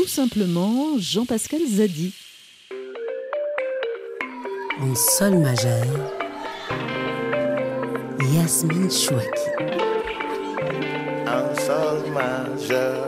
tout simplement Jean-Pascal Zadi. En sol majeur, Yasmine Chouaki. En sol majeur.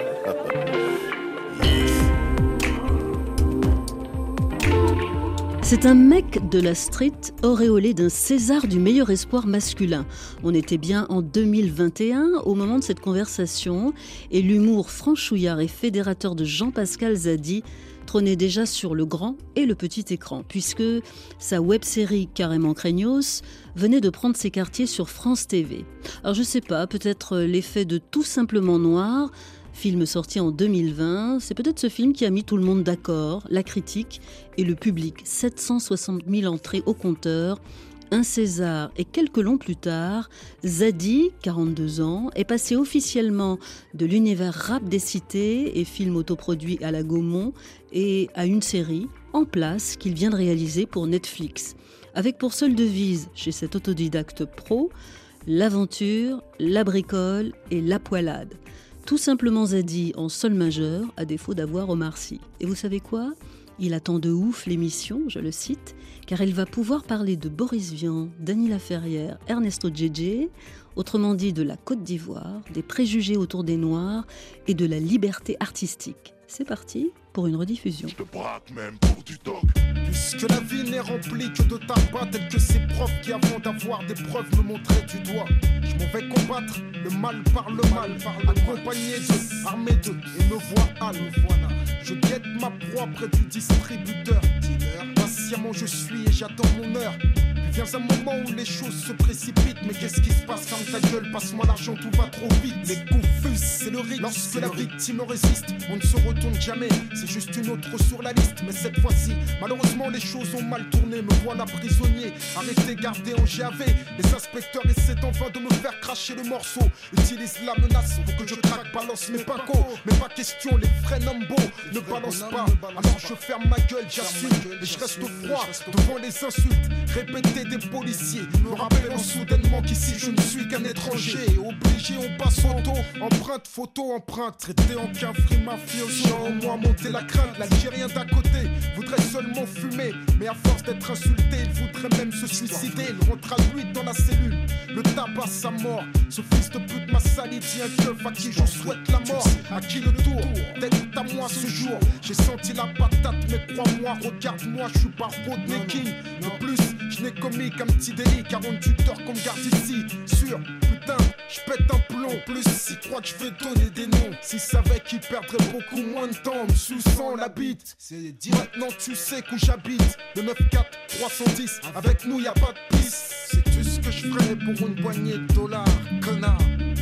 C'est un mec de la street auréolé d'un César du meilleur espoir masculin. On était bien en 2021 au moment de cette conversation et l'humour franchouillard et fédérateur de Jean-Pascal Zadi trônait déjà sur le grand et le petit écran, puisque sa web-série Carrément Craignos venait de prendre ses quartiers sur France TV. Alors je sais pas, peut-être l'effet de Tout simplement noir, film sorti en 2020, c'est peut-être ce film qui a mis tout le monde d'accord, la critique et le public. 760 000 entrées au compteur, un César et quelques longs plus tard, Zadi, 42 ans, est passé officiellement de l'univers rap des cités et film autoproduit à la Gaumont et à une série en place qu'il vient de réaliser pour Netflix. Avec pour seule devise, chez cet autodidacte pro, l'aventure, la bricole et la poilade. Tout simplement Zadi en sol majeur, à défaut d'avoir Omar Sy. Et vous savez quoi ? Il attend de ouf l'émission, je le cite, car elle va pouvoir parler de Boris Vian, Dany Laferrière, Ernesto Djedje, autrement dit de la Côte d'Ivoire, des préjugés autour des Noirs et de la liberté artistique. C'est parti pour une rediffusion. Je te braque même pour du doc. Puisque la vie n'est remplie que de tabac, tels que ces profs qui avant d'avoir des preuves me montraient du doigt. Je m'en vais combattre le mal par le mal, accompagné d'eux, armé d'eux, et me voilà. Je guette ma proie près du distributeur. Patiemment je suis et j'attends mon heure. Puis vient un moment où les choses se précipitent. Mais qu'est-ce qui se passe? Ferme ta gueule, passe-moi l'argent, tout va trop vite. Les coups fusent, c'est le rythme. Lorsque la victime résiste, on ne se retourne jamais. C'est juste une autre sur la liste. Mais cette fois-ci, malheureusement les choses ont mal tourné. Me voilà prisonnier, arrêté, gardé en GAV. Les inspecteurs essaient en vain de me faire cracher le morceau. Utilisent la menace pour que je craque, balance mes pincos. Mais pas question, les vrais Nambo ne balancent pas. Alors je ferme ma gueule, j'assume. Et je reste froid devant les insultes répétées des policiers, me rappelant soudainement qu'ici je ne suis qu'un étranger. Obligé, on passe auto, empreinte, photo, empreinte. Traité en qu'un free mafioso. En moi monter la crainte, l'Algérien d'à côté voudrait seulement fumer. Mais à force d'être insulté, il voudrait même se suicider. Il rentre à lui dans la cellule, le tabac sa mort. Ce fils de pute m'a sali, dit un keuf à qui je souhaite la mort. À qui le tour, d'être à moi ce jour. J'ai senti la patate, mais crois-moi, regarde-moi, je suis pas Rodney King. De plus, je n'ai commis qu'un petit délit, 48 heures qu'on me garde ici. Sûr, putain, je pète un plomb. Plus, s'ils croient que je vais donner des noms, s'ils savaient qu'ils perdraient beaucoup moins de temps, me suçant la bite. Maintenant tu sais où j'habite, le 94 310, avec nous y a pas de piste. C'est tout ce que je ferais pour une poignée de dollars, connard.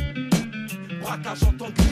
Braquage en tant que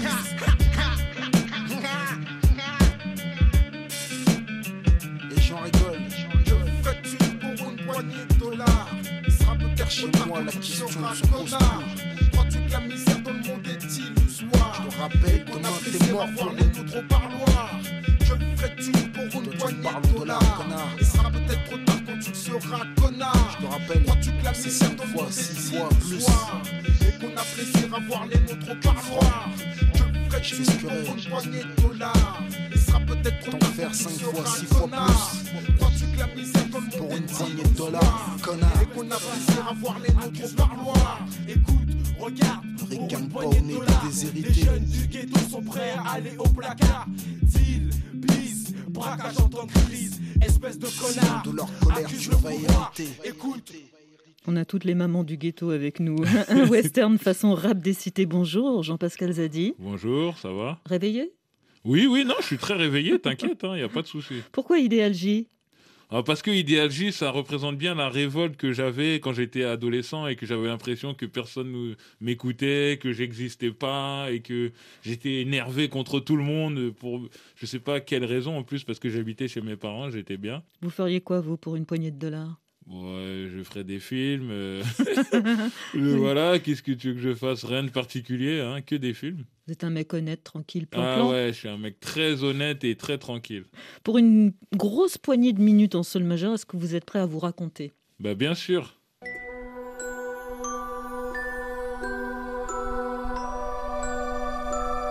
et j'en rigole. Que ferais-tu pour une poignée de dollars? Il sera peut-être chez moi la question se pose. Crois-tu que la misère dans le monde est illusoire? Je te rappelle demain t'es mort pour les nôtres au parloir. Que ferais-tu pour une poignée de dollars? Il sera peut-être trop tard quand tu seras connard. Je te rappelle, crois-tu que la misère dans le monde est illusoire et qu'on a plaisir à voir les nôtres au parloir? Que ferais-tu pour une poignée de dollars? Il sera peut-être trop tard quand tu 5 fois, 6 fois plus. Crois-tu que la misère dans le monde pour une poignée de dollars, connard, et qu'on a plaisir à voir les nôtres au parloir? Écoute, regarde, pour une poignée de dollars, les jeunes du ghetto sont prêts à aller au placard. Deal, bise, braquage en temps de crise, espèce de connard. De leur colère, tu vas hériter. Écoute. On a toutes les mamans du ghetto avec nous. Un western façon rap des cités. Bonjour, Jean-Pascal Zadi. Bonjour, ça va? Réveillé? Oui, non, je suis très réveillé, t'inquiète, y a pas de souci. Pourquoi Idéal J? Parce que Idéal J, ça représente bien la révolte que j'avais quand j'étais adolescent et que j'avais l'impression que personne ne m'écoutait, que j'existais pas et que j'étais énervé contre tout le monde pour je sais pas quelle raison en plus, parce que j'habitais chez mes parents, j'étais bien. Vous feriez quoi, vous, pour une poignée de dollars? Ouais, je ferais des films. Voilà, qu'est-ce que tu veux que je fasse? Rien de particulier, que des films. Vous êtes un mec honnête, tranquille, plan-plan. Ah ouais, je suis un mec très honnête et très tranquille. Pour une grosse poignée de minutes en sol majeur, est-ce que vous êtes prêt à vous raconter? Bah bien sûr.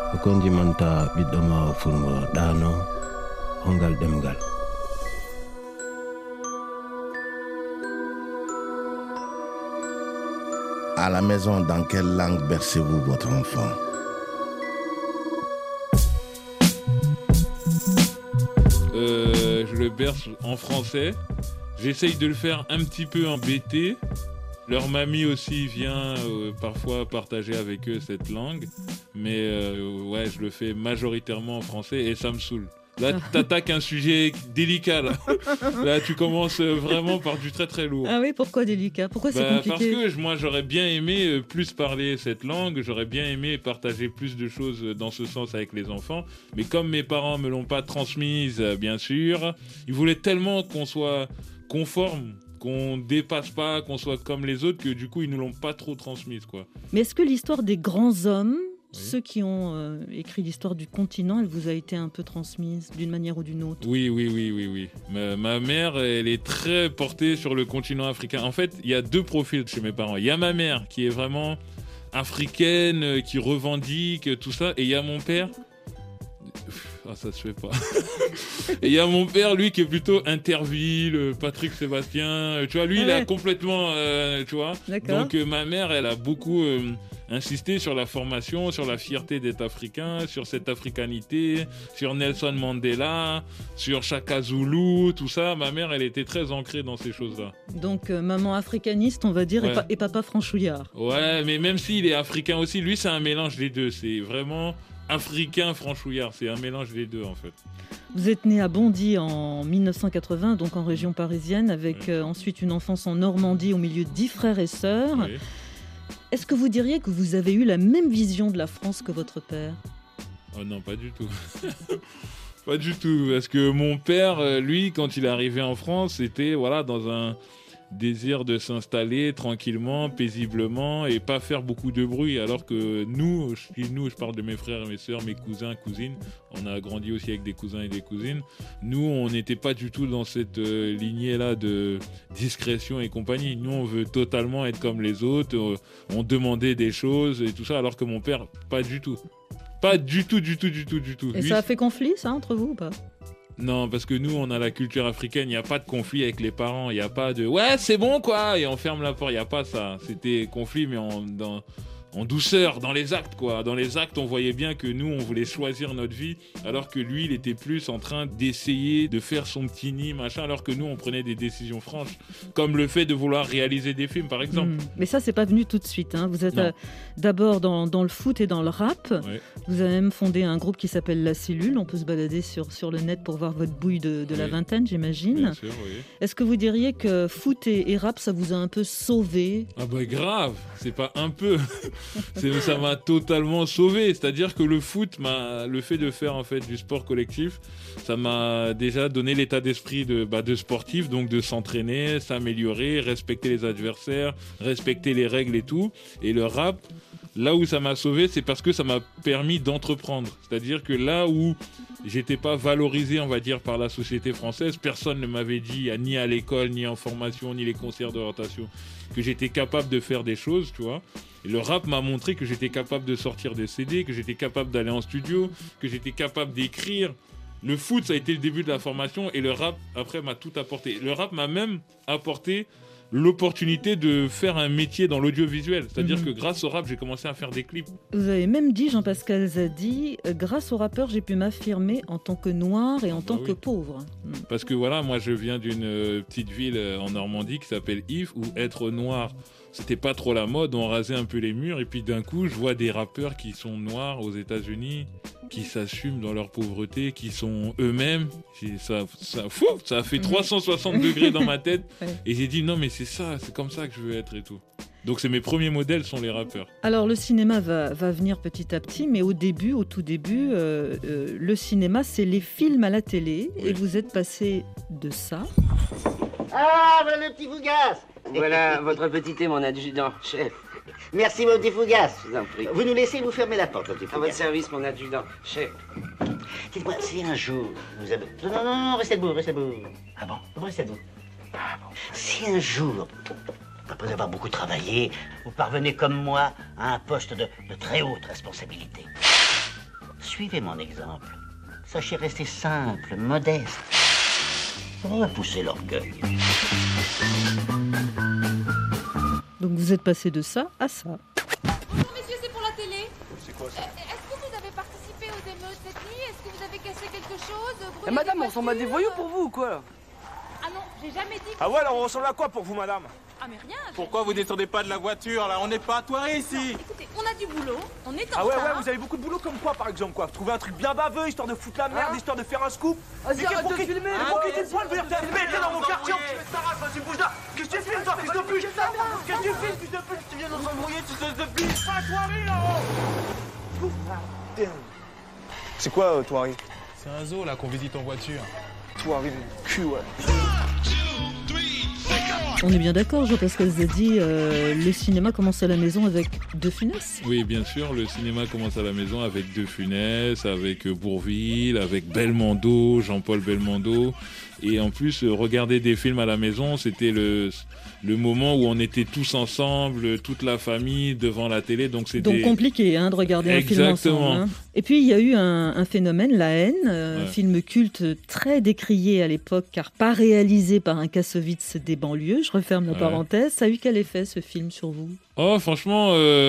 okondimanta ɓiɗɗo ma o furmo ɗano hongal ɗemgal. À la maison, dans quelle langue bercez-vous votre enfant? Je le berce en français. J'essaye de le faire un petit peu en BT. Leur mamie aussi vient parfois partager avec eux cette langue. Mais ouais, je le fais majoritairement en français et ça me saoule. Là, t'attaques un sujet délicat. Là, tu commences vraiment par du très très lourd. Ah oui, pourquoi délicat? Pourquoi c'est compliqué? Parce que moi, j'aurais bien aimé plus parler cette langue. J'aurais bien aimé partager plus de choses dans ce sens avec les enfants. Mais comme mes parents me l'ont pas transmise, bien sûr, ils voulaient tellement qu'on soit conforme, qu'on dépasse pas, qu'on soit comme les autres, que du coup, ils nous l'ont pas trop transmise, quoi. Mais est-ce que l'histoire des grands hommes, ceux qui ont écrit l'histoire du continent, elle vous a été un peu transmise d'une manière ou d'une autre? Oui. Ma mère, elle est très portée sur le continent africain. En fait, il y a deux profils chez mes parents. Il y a ma mère qui est vraiment africaine, qui revendique tout ça. Et il y a mon père... Ah, ça se fait pas. Et il y a mon père, lui, qui est plutôt Interville, Patrick Sébastien. Tu vois, lui, il a complètement... tu vois. D'accord. Donc, ma mère, elle a beaucoup... insisté sur la formation, sur la fierté d'être africain, sur cette africanité, sur Nelson Mandela, sur Shaka Zulu, tout ça. Ma mère, elle était très ancrée dans ces choses-là. Donc, maman africaniste, on va dire, Ouais. et papa franchouillard. Ouais, mais même s'il est africain aussi, lui, c'est un mélange des deux. C'est vraiment africain franchouillard. C'est un mélange des deux, en fait. Vous êtes né à Bondy en 1980, donc en région parisienne, avec ensuite une enfance en Normandie au milieu de 10 frères et sœurs. Oui. Est-ce que vous diriez que vous avez eu la même vision de la France que votre père? Oh non, pas du tout. Pas du tout. Parce que mon père, lui, quand il est arrivé en France, c'était voilà, dans un désir de s'installer tranquillement, paisiblement et pas faire beaucoup de bruit. Alors que nous, je parle de mes frères et mes sœurs, mes cousins, cousines, on a grandi aussi avec des cousins et des cousines. Nous, on n'était pas du tout dans cette lignée-là de discrétion et compagnie. Nous, on veut totalement être comme les autres. On demandait des choses et tout ça, alors que mon père, pas du tout. Pas du tout. Et Lui, ça a fait conflit, ça, entre vous ou pas? Non, parce que nous, on a la culture africaine, il n'y a pas de conflit avec les parents, il n'y a pas de « ouais, c'est bon, quoi !» et on ferme la porte, il n'y a pas ça. C'était conflit, mais en douceur, dans les actes, quoi. Dans les actes, on voyait bien que nous, on voulait choisir notre vie, alors que lui, il était plus en train d'essayer de faire son petit nid, machin, alors que nous, on prenait des décisions franches, comme le fait de vouloir réaliser des films, par exemple. Mais ça, c'est pas venu tout de suite, hein. Vous êtes d'abord dans le foot et dans le rap. Ouais. Vous avez même fondé un groupe qui s'appelle La Cellule. On peut se balader sur le net pour voir votre bouille de la vingtaine, j'imagine. Bien sûr, oui. Est-ce que vous diriez que foot et rap, ça vous a un peu sauvé? Ah bah grave, c'est pas un peu. Ça m'a totalement sauvé. C'est-à-dire que le foot, le fait de faire en fait du sport collectif, ça m'a déjà donné l'état d'esprit de sportif, donc de s'entraîner, s'améliorer, respecter les adversaires, respecter les règles et tout. Et le rap, là où ça m'a sauvé, c'est parce que ça m'a permis d'entreprendre. C'est-à-dire que là où j'étais pas valorisé, on va dire, par la société française, personne ne m'avait dit, ni à l'école, ni en formation, ni les conseillers d'orientation, que j'étais capable de faire des choses, tu vois. Et le rap m'a montré que j'étais capable de sortir des CD, que j'étais capable d'aller en studio, que j'étais capable d'écrire. Le foot, ça a été le début de la formation et le rap, après, m'a tout apporté. Le rap m'a même apporté l'opportunité de faire un métier dans l'audiovisuel. C'est-à-dire que grâce au rap, j'ai commencé à faire des clips. Vous avez même dit, Jean-Pascal Zadi, grâce au rappeur, j'ai pu m'affirmer en tant que noir et en tant que pauvre. Parce que voilà, moi je viens d'une petite ville en Normandie qui s'appelle Yves, où être noir, c'était pas trop la mode, on rasait un peu les murs, et puis d'un coup, je vois des rappeurs qui sont noirs aux États-Unis, qui s'assument dans leur pauvreté, qui sont eux-mêmes. Ça a fait 360 degrés dans ma tête, et j'ai dit non mais c'est ça, c'est comme ça que je veux être et tout. Donc mes premiers modèles sont les rappeurs. Alors le cinéma va venir petit à petit, mais au tout début, le cinéma c'est les films à la télé, et vous êtes passé de ça. Ah, voilà le petit Fougas. Voilà votre petit thé, mon adjudant, chef. Merci, mon petit Fougas. Je vous en prie. Vous nous laissez vous fermer la porte, mon petit Fougas. À votre service, mon adjudant, chef. Dites-moi, si un jour vous avez... Non, restez debout. Ah bon, restez debout. Ah bon. Si un jour, après avoir beaucoup travaillé, vous parvenez comme moi à un poste de très haute responsabilité, suivez mon exemple. Sachez rester simple, modeste. Repoussez l'orgueil. Donc vous êtes passé de ça à ça. Bonjour messieurs, c'est pour la télé. C'est quoi ça? Est-ce que vous avez participé aux émeutes cette nuit? Est-ce que vous avez cassé quelque chose? Eh, madame, on ressemble à des voyous pour vous ou quoi? Ah non, j'ai jamais dit que... Ah ouais, alors on ressemble à quoi pour vous, madame? Ah mais rien. Pourquoi vous descendez pas de la voiture là? On n'est pas à Thoiry ici. Écoutez, on a du boulot, on est en Ah ouais, retard. ouais, vous avez beaucoup de boulot comme quoi par exemple quoi? Trouver un truc bien baveux, histoire de foutre la merde, histoire de faire un scoop. Vas-y, arrête de filmer. Pour quitter le poil, venir te filmer, t'es dans mon quartier, tu fais ta race, vas-y bouge là. Qu'est-ce que tu filmes toi, fils de pute? Qu'est-ce que tu filmes, fils de pute? Tu viens nous embrouiller, tu te fils. Pas Thoiry là-haut. C'est quoi Thoiry? C'est un zoo là qu'on visite en voiture. Thoiry, cul ouais. On est bien d'accord, Jean-Pascal Zadi, le cinéma commence à la maison avec De Funès. Oui, bien sûr, le cinéma commence à la maison avec De Funès, avec Bourvil, avec Belmondo, Jean-Paul Belmondo. Et en plus, regarder des films à la maison, c'était le moment où on était tous ensemble, toute la famille, devant la télé. Donc compliqué de regarder un film ensemble. Hein. Et puis il y a eu un phénomène, La Haine, film culte très décrié à l'époque, car pas réalisé par un Kassovitz des banlieues. Je referme la parenthèse. Ça a eu quel effet ce film sur vous ? Oh, franchement,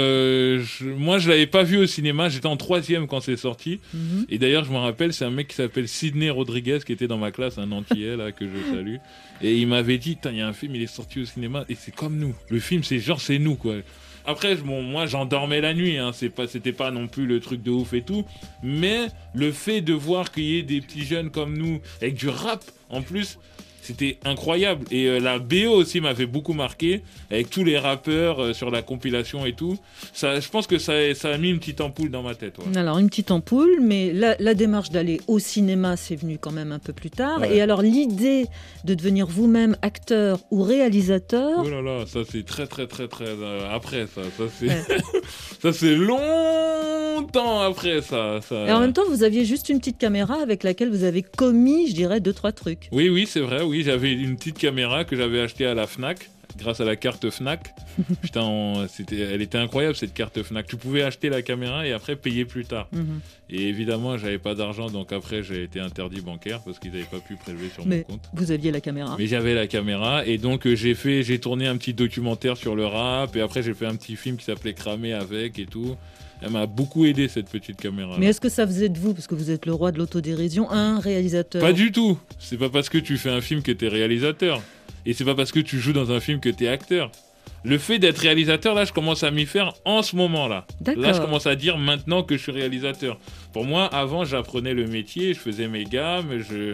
moi je l'avais pas vu au cinéma, j'étais en 3e quand c'est sorti. Mm-hmm. Et d'ailleurs, je me rappelle, c'est un mec qui s'appelle Sidney Rodriguez qui était dans ma classe, un Antillais là que je salue. Et il m'avait dit, il y a un film, il est sorti au cinéma et c'est comme nous. Le film, c'est nous quoi. Après, moi j'endormais la nuit, hein. C'était pas non plus le truc de ouf et tout. Mais le fait de voir qu'il y ait des petits jeunes comme nous avec du rap en plus. C'était incroyable. Et la BO aussi m'avait beaucoup marqué, avec tous les rappeurs sur la compilation et tout. Ça, je pense que ça a mis une petite ampoule dans ma tête. Ouais. Alors, une petite ampoule, mais la démarche d'aller au cinéma, c'est venu quand même un peu plus tard. Ouais. Et alors, l'idée de devenir vous-même acteur ou réalisateur... Oh là là, ça c'est très après ça. Ça c'est longtemps après ça. Et en même temps, vous aviez juste une petite caméra avec laquelle vous avez commis, je dirais, 2-3 trucs. Oui, c'est vrai. Oui, j'avais une petite caméra que j'avais achetée à la Fnac, grâce à la carte Fnac. Putain, elle était incroyable cette carte Fnac. Tu pouvais acheter la caméra et après payer plus tard. Mm-hmm. Et évidemment, j'avais pas d'argent, donc après j'ai été interdit bancaire parce qu'ils n'avaient pas pu prélever sur mon compte. Vous aviez la caméra. Mais j'avais la caméra et donc j'ai tourné un petit documentaire sur le rap et après j'ai fait un petit film qui s'appelait Cramé avec et tout. Elle m'a beaucoup aidé cette petite caméra. Mais est-ce que ça faisait de vous, parce que vous êtes le roi de l'autodérision, un réalisateur ? Pas du tout. C'est pas parce que tu fais un film que t'es réalisateur. Et c'est pas parce que tu joues dans un film que t'es acteur. Le fait d'être réalisateur, là, je commence à m'y faire en ce moment-là. D'accord. Là, je commence à dire maintenant que je suis réalisateur. Pour moi, avant, j'apprenais le métier, je faisais mes gammes,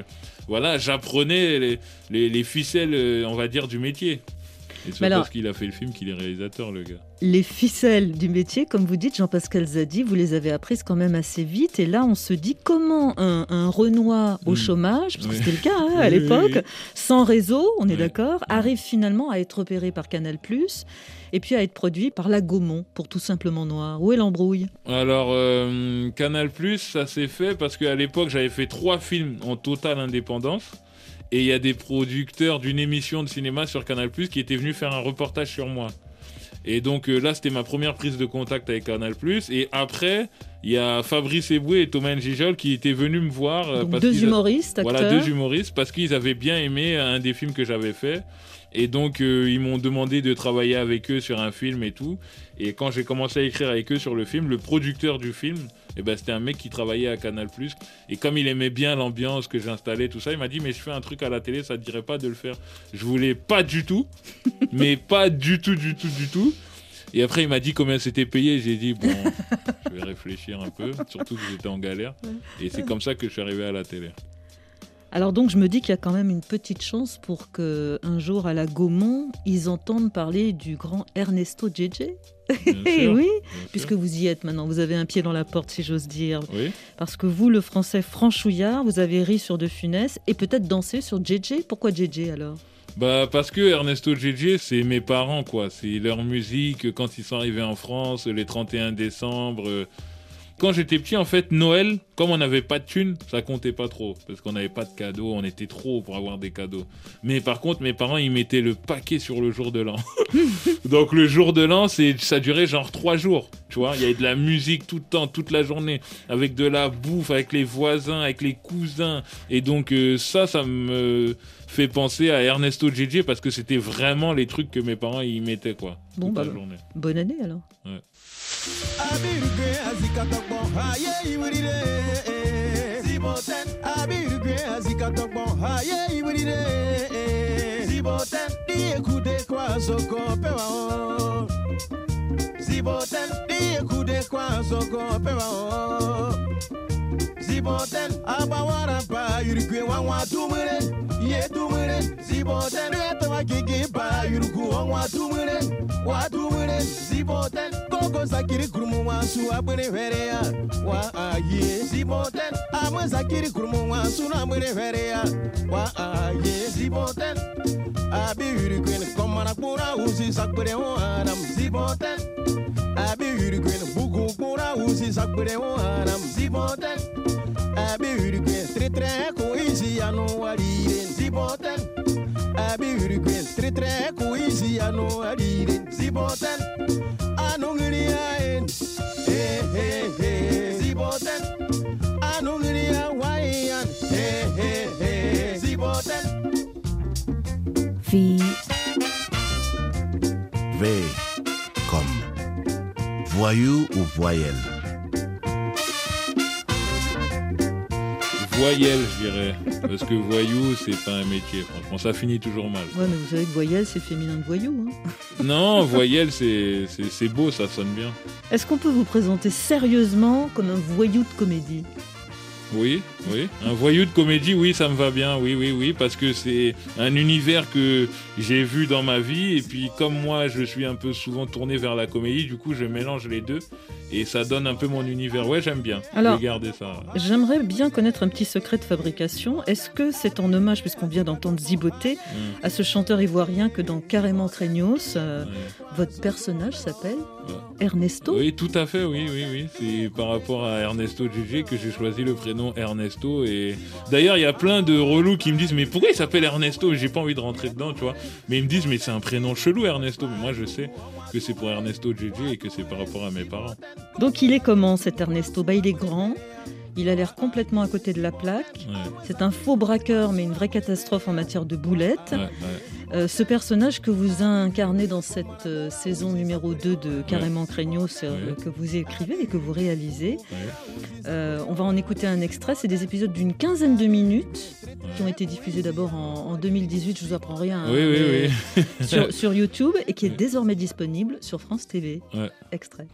j'apprenais les ficelles, on va dire, du métier. Et c'est parce qu'il a fait le film qu'il est réalisateur, le gars. Les ficelles du métier, comme vous dites, Jean-Pascal Zadi, vous les avez apprises quand même assez vite. Et là, on se dit comment un Renoir au chômage, parce que c'était le cas à l'époque, sans réseau, on est d'accord, arrive finalement à être repéré par Canal+, et puis à être produit par la Gaumont, pour Tout simplement Noir. Où est l'embrouille ? Alors, Canal+, ça s'est fait parce qu'à l'époque, j'avais fait 3 films en totale indépendance. Et il y a des producteurs d'une émission de cinéma sur Canal+, qui étaient venus faire un reportage sur moi. Et donc là, c'était ma première prise de contact avec Canal+. Et après, il y a Fabrice Eboué et Thomas Njijol qui étaient venus me voir. Donc deux humoristes, acteurs. Voilà, 2 humoristes, parce qu'ils avaient bien aimé un des films que j'avais fait. Et donc, ils m'ont demandé de travailler avec eux sur un film et tout. Et quand j'ai commencé à écrire avec eux sur le film, le producteur du film, c'était un mec qui travaillait à Canal+. Et comme il aimait bien l'ambiance que j'installais, tout ça, il m'a dit « Mais je fais un truc à la télé, ça te dirait pas de le faire ?» Je voulais pas du tout, mais pas du tout. Et après, il m'a dit combien c'était payé. J'ai dit « Bon, je vais réfléchir un peu, surtout que j'étais en galère. » Et c'est comme ça que je suis arrivé à la télé. Alors donc je me dis qu'il y a quand même une petite chance pour qu'un jour à la Gaumont, ils entendent parler du grand Ernesto JJ. Oui, puisque vous y êtes maintenant, vous avez un pied dans la porte si j'ose dire. Oui. Parce que vous, le français franchouillard, vous avez ri sur De Funès et peut-être dansé sur JJ. Pourquoi JJ alors ? Parce que Ernesto JJ, c'est mes parents, quoi. C'est leur musique quand ils sont arrivés en France, les 31 décembre... quand j'étais petit, en fait, Noël, comme on n'avait pas de thunes, ça comptait pas trop. Parce qu'on n'avait pas de cadeaux, on était trop pour avoir des cadeaux. Mais par contre, mes parents, ils mettaient le paquet sur le jour de l'an. Donc le jour de l'an, ça durait genre 3 jours. Tu vois, il y avait de la musique tout le temps, toute la journée, avec de la bouffe, avec les voisins, avec les cousins. Et donc ça me fait penser à Ernesto JJ parce que c'était vraiment les trucs que mes parents y mettaient, quoi. Bon, toute bah, la journée. Bonne année alors. Ouais. Ziboten abawara pa yurikwe wanwa tumure ye tumure ziboten etwa gigi pa yurku wanwa tumure wa tumure ziboten koko sakiri kurumu wasu abune vereya wa aye ziboten amwe sakiri kurumu wasu na abune vereya wa aye ziboten abi yurikwe komana pura usi sakure ho aram ziboten abi yurikwe buku pura usi sakure ho aram ziboten abi yurikwe tre ko easy anu walire ziboten abi yurikwe tre ko easy anu walire ziboten anu ngiria en ziboten anu ngiria wayan ziboten V comme voyou ou voyelle. Voyelle, je dirais. Parce que voyou, c'est pas un métier, franchement. Ça finit toujours mal. Ouais, mais vous savez que voyelle, c'est féminin de voyou. Hein. Non, voyelle, c'est beau, ça sonne bien. Est-ce qu'on peut vous présenter sérieusement comme un voyou de comédie ? Oui. Un voyou de comédie, oui, ça me va bien. Oui, parce que c'est un univers que j'ai vu dans ma vie. Et puis, comme moi, je suis un peu souvent tourné vers la comédie, du coup, je mélange les deux. Et ça donne un peu mon univers. Ouais, j'aime bien. Alors, garder ça. J'aimerais bien connaître un petit secret de fabrication. Est-ce que c'est en hommage, puisqu'on vient d'entendre ziboter, à ce chanteur ivoirien que dans Carrément Craignos, votre personnage s'appelle Ernesto ? Oui, tout à fait, oui. C'est par rapport à Ernesto JJ que j'ai choisi le prénom Ernesto. Et d'ailleurs, il y a plein de relous qui me disent « Mais pourquoi il s'appelle Ernesto ?» J'ai pas envie de rentrer dedans, tu vois. Mais ils me disent « Mais c'est un prénom chelou, Ernesto. » Mais moi, je sais que c'est pour Ernesto JJ et que c'est par rapport à mes parents. Donc il est comment cet Ernesto ? Il est grand, il a l'air complètement à côté de la plaque. Ouais. C'est un faux braqueur, mais une vraie catastrophe en matière de boulettes. Ouais. Ce personnage que vous incarnez dans cette saison numéro 2 de Carrément Craignos, que vous écrivez et que vous réalisez, on va en écouter un extrait. C'est des épisodes d'une quinzaine de minutes qui ont été diffusés d'abord en 2018, je vous apprends rien, sur YouTube, et qui est désormais disponible sur France TV. Extrait.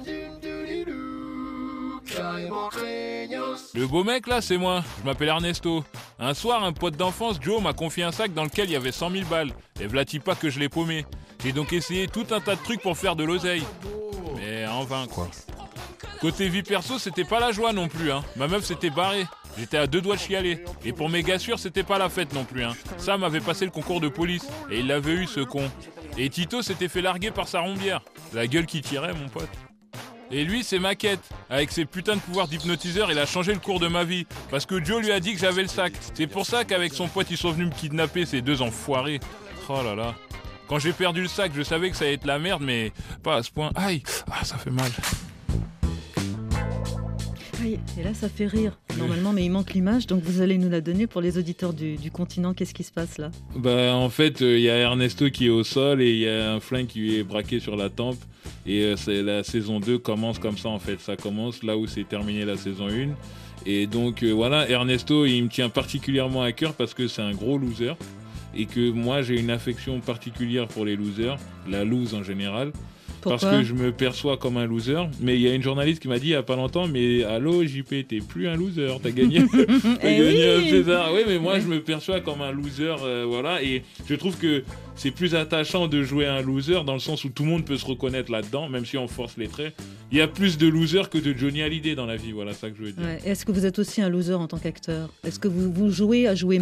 Le beau mec là, c'est moi, je m'appelle Ernesto. Un soir, un pote d'enfance, Joe, m'a confié un sac dans lequel il y avait 100 000 balles. Et v'là-t-il pas que je l'ai paumé. J'ai donc essayé tout un tas de trucs pour faire de l'oseille. Mais en vain, quoi. Côté vie perso, c'était pas la joie non plus, hein. Ma meuf s'était barrée. J'étais à 2 doigts de chialer. Et pour mes gars sûrs, c'était pas la fête non plus, hein. Sam avait passé le concours de police. Et il l'avait eu, ce con. Et Tito s'était fait larguer par sa rombière. La gueule qui tirait, mon pote. Et lui, c'est ma quête. Avec ses putains de pouvoirs d'hypnotiseur, il a changé le cours de ma vie. Parce que Joe lui a dit que j'avais le sac. C'est pour ça qu'avec son pote, ils sont venus me kidnapper, ces deux enfoirés. Oh là là. Quand j'ai perdu le sac, je savais que ça allait être la merde, mais pas à ce point. Aïe, ça fait mal. Et là, ça fait rire, normalement, mais il manque l'image, donc vous allez nous la donner pour les auditeurs du continent. Qu'est-ce qui se passe là ? En fait, il y a Ernesto qui est au sol et il y a un flingue qui lui est braqué sur la tempe. Et la saison 2 commence comme ça, en fait. Ça commence là où c'est terminé la saison 1. Et donc, voilà, Ernesto, il me tient particulièrement à cœur parce que c'est un gros loser. Et que moi, j'ai une affection particulière pour les losers, la lose en général. Pourquoi ? Parce que je me perçois comme un loser. Mais il y a une journaliste qui m'a dit il n'y a pas longtemps, mais allô JP, t'es plus un loser, t'as gagné, un César. Oui, mais moi je me perçois comme un loser, voilà. Et je trouve que c'est plus attachant de jouer un loser dans le sens où tout le monde peut se reconnaître là-dedans, même si on force les traits. Il y a plus de losers que de Johnny Hallyday dans la vie, voilà ça que je veux dire. Est-ce que vous êtes aussi un loser en tant qu'acteur ? Est-ce que vous jouez à jouer mal ?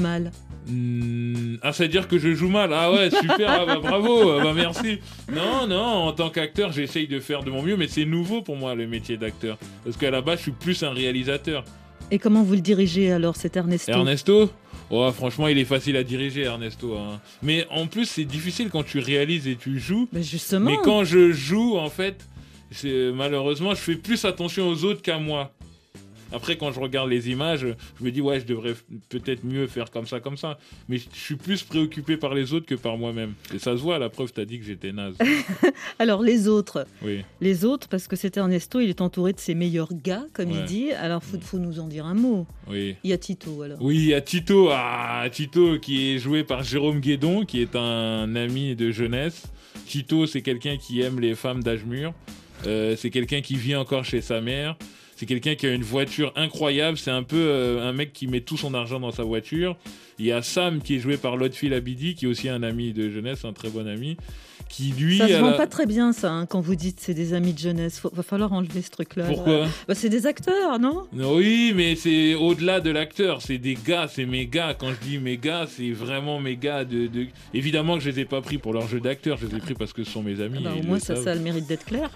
Ah, c'est-à-dire que je joue mal. Ah ouais, super, ah bah, bravo, ah bah merci. Non, en tant qu'acteur, j'essaye de faire de mon mieux, mais c'est nouveau pour moi, le métier d'acteur. Parce qu'à la base, je suis plus un réalisateur. Et comment vous le dirigez alors, cet Ernesto ? Ernesto ? Oh, franchement, il est facile à diriger, Ernesto. Hein. Mais en plus, c'est difficile quand tu réalises et tu joues. Mais justement. Mais quand je joue, en fait, malheureusement, je fais plus attention aux autres qu'à moi. Après, quand je regarde les images, je me dis, ouais, je devrais peut-être mieux faire comme ça. Mais je suis plus préoccupé par les autres que par moi-même. Et ça se voit, la preuve, t'as dit que j'étais naze. Alors, les autres. Oui. Les autres, parce que cet Ernesto, il est entouré de ses meilleurs gars, comme il dit. Alors, faut nous en dire un mot. Oui. Il y a Tito, alors. Oui, il y a Tito. Ah, Tito, qui est joué par Jérôme Guédon, qui est un ami de jeunesse. Tito, c'est quelqu'un qui aime les femmes d'âge mûr. C'est quelqu'un qui vit encore chez sa mère. C'est quelqu'un qui a une voiture incroyable. C'est un peu un mec qui met tout son argent dans sa voiture. Il y a Sam qui est joué par Lotfi Labidi, qui est aussi un ami de jeunesse, un très bon ami. Qui lui, ça se vend pas très bien, ça, quand vous dites c'est des amis de jeunesse. Va falloir enlever ce truc-là. Pourquoi ? C'est des acteurs, non ? Oui, mais c'est au-delà de l'acteur. C'est des gars, c'est mes gars. Quand je dis mes gars, c'est vraiment mes gars. Évidemment que je les ai pas pris pour leur jeu d'acteur. Je les ai pris parce que ce sont mes amis. Au moins, ça a le mérite d'être clair.